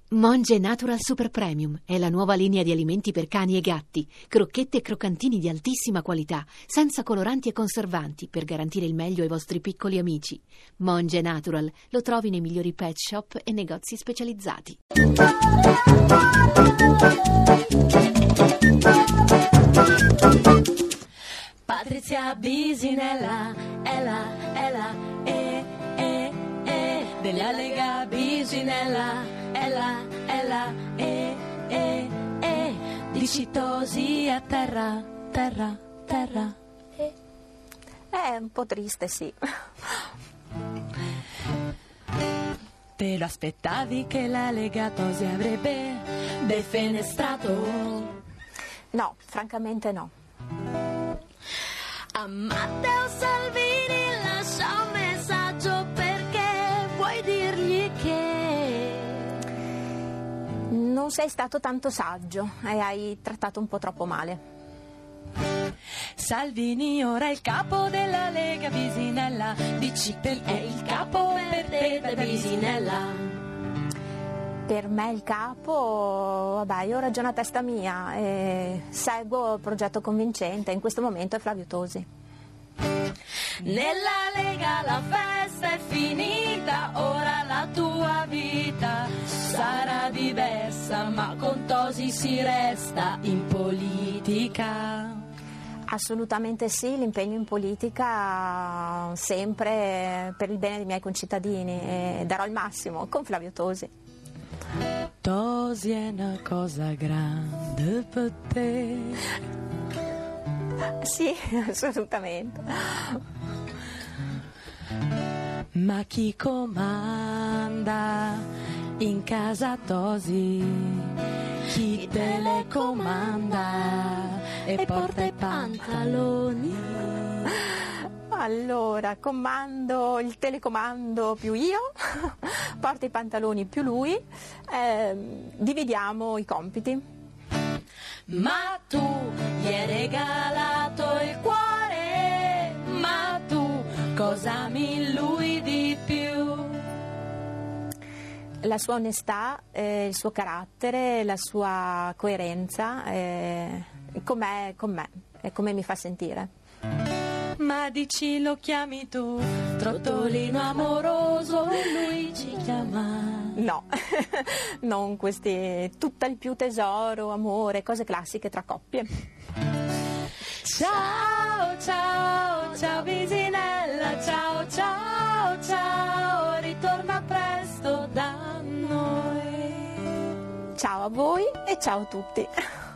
Monge Natural Super Premium è la nuova linea di alimenti per cani e gatti, crocchette e croccantini di altissima qualità, senza coloranti e conservanti, per garantire il meglio ai vostri piccoli amici. Monge Natural lo trovi nei migliori pet shop e negozi specializzati. Patrizia Bisinella, della Lega Bisinella, di citosi a terra. È un po' triste, sì. Te lo aspettavi che la Lega Tosi avrebbe defenestrato? No, francamente no. A Matteo Salvini lascia un messaggio, perché vuoi dirgli che non sei stato tanto saggio e hai trattato un po' troppo male. Salvini ora è il capo della Lega Bisinella, dici perché è il capo per te Bisinella? Per me il capo, vabbè, io ragiono a testa mia e seguo il progetto convincente, in questo momento è Flavio Tosi. Nella Lega la festa è finita, ora la tua vita sarà diversa, ma con Tosi si resta in politica. Assolutamente sì, l'impegno in politica sempre per il bene dei miei concittadini e darò il massimo con Flavio Tosi. Tosi è una cosa grande per te. Sì, assolutamente. Ma chi comanda in casa Tosi? Chi telecomanda e porta i pantaloni? Allora, comando il telecomando più io, porto i pantaloni più lui, dividiamo i compiti. Ma tu gli hai regalato il cuore, ma tu cosa ami lui di più? La sua onestà, il suo carattere, la sua coerenza, com'è con me e come mi fa sentire. Ma dici lo chiami tu, trottolino amoroso, e lui ci chiama? No, non questi, tutt'al più tesoro, amore, cose classiche tra coppie. Ciao, ciao, ciao Bisinella, ciao, ciao, ciao, ritorna presto da noi. Ciao a voi e ciao a tutti.